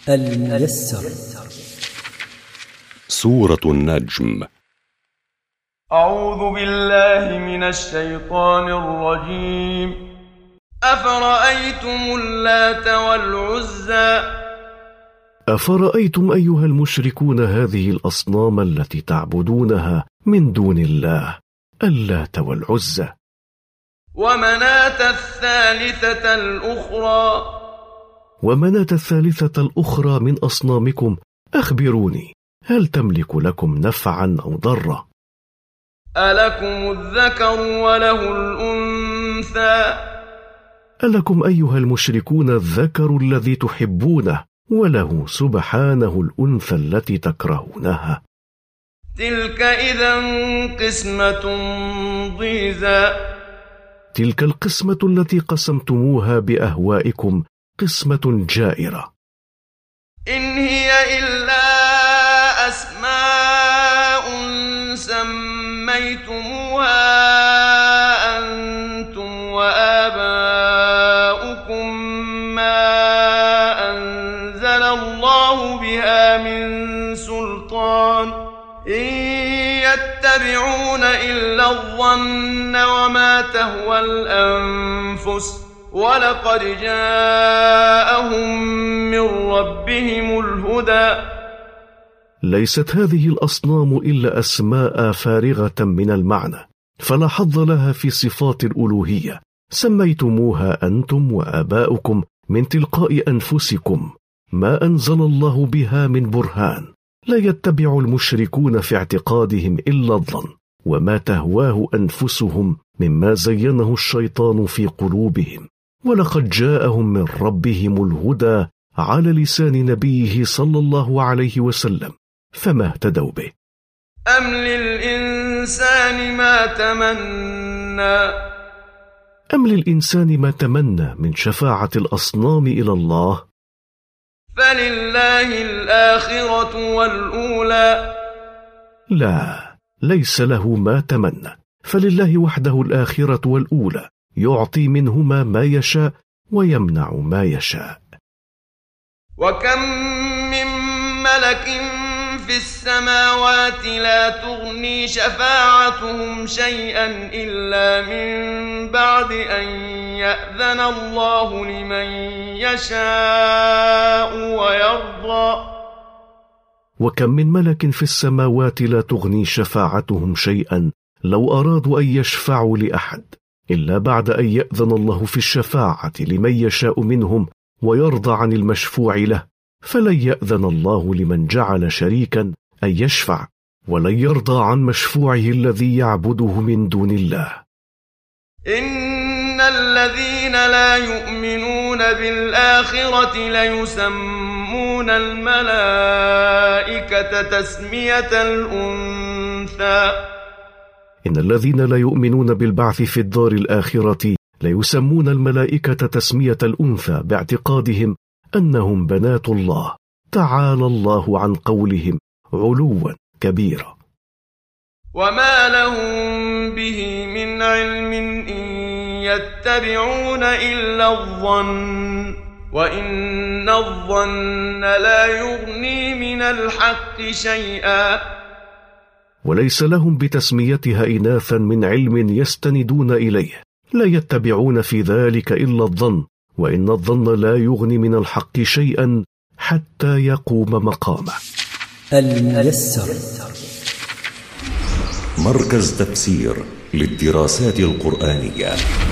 الميسر. سورة النجم. أعوذ بالله من الشيطان الرجيم. أفرأيتم اللات والعزى أفرأيتم أيها المشركون هذه الأصنام التي تعبدونها من دون الله، اللات والعزى، ومناة الثالثة الأخرى. ومناة الثالثة الأخرى من أصنامكم، أخبروني، هل تملك لكم نفعا أو ضرا؟ ألكم الذكر وله الأنثى؟ ألكم أيها المشركون الذكر الذي تحبونه، وله سبحانه الأنثى التي تكرهونها؟ تلك إذا قسمة ضيزى. تلك القسمة التي قسمتموها بأهوائكم قسمة جائرة. إن هي إلا أسماء سميتموها أنتم وآباؤكم ما أنزل الله بها من سلطان، إن يتبعون إلا الظن وما تهوى الأنفس، ولقد جاءهم من ربهم الهدى. ليست هذه الأصنام إلا أسماء فارغة من المعنى، فلا حظ لها في صفات الألوهية، سميتموها أنتم وآباؤكم من تلقاء أنفسكم، ما أنزل الله بها من برهان. لا يتبع المشركون في اعتقادهم إلا الظن وما تهواه أنفسهم مما زينه الشيطان في قلوبهم، ولقد جاءهم من ربهم الهدى على لسان نبيه صلى الله عليه وسلم، فما اهتدوا به. أم للإنسان ما تمنى؟ أم للإنسان ما تمنى من شفاعة الأصنام إلى الله؟ فلله الآخرة والأولى. لا، ليس له ما تمنى، فلله وحده الآخرة والأولى، يعطي منهما ما يشاء ويمنع ما يشاء. وكم من ملك في السماوات لا تغني شفاعتهم شيئا إلا من بعد أن يأذن الله لمن يشاء ويرضى. وكم من ملك في السماوات لا تغني شفاعتهم شيئا لو أرادوا أن يشفعوا لأحد، إلا بعد أن يأذن الله في الشفاعة لمن يشاء منهم ويرضى عن المشفوع له، فلن يأذن الله لمن جعل شريكا أن يشفع، ولن يرضى عن مشفوعه الذي يعبده من دون الله. إن الذين لا يؤمنون بالآخرة ليسمون الملائكة تسمية الأنثى. إن الذين لا يؤمنون بالبعث في الدار الآخرة ليسمون الملائكة تسمية الأنثى باعتقادهم أنهم بنات الله، تعالى الله عن قولهم علوا كبيرا. وما لهم به من علم إن يتبعون إلا الظن، وإن الظن لا يغني من الحق شيئا. وليس لهم بتسميتها إناثا من علم يستندون إليه، لا يتبعون في ذلك إلا الظن، وإن الظن لا يغني من الحق شيئا حتى يقوم مقامه. الميسر. مركز تفسير للدراسات القرآنية.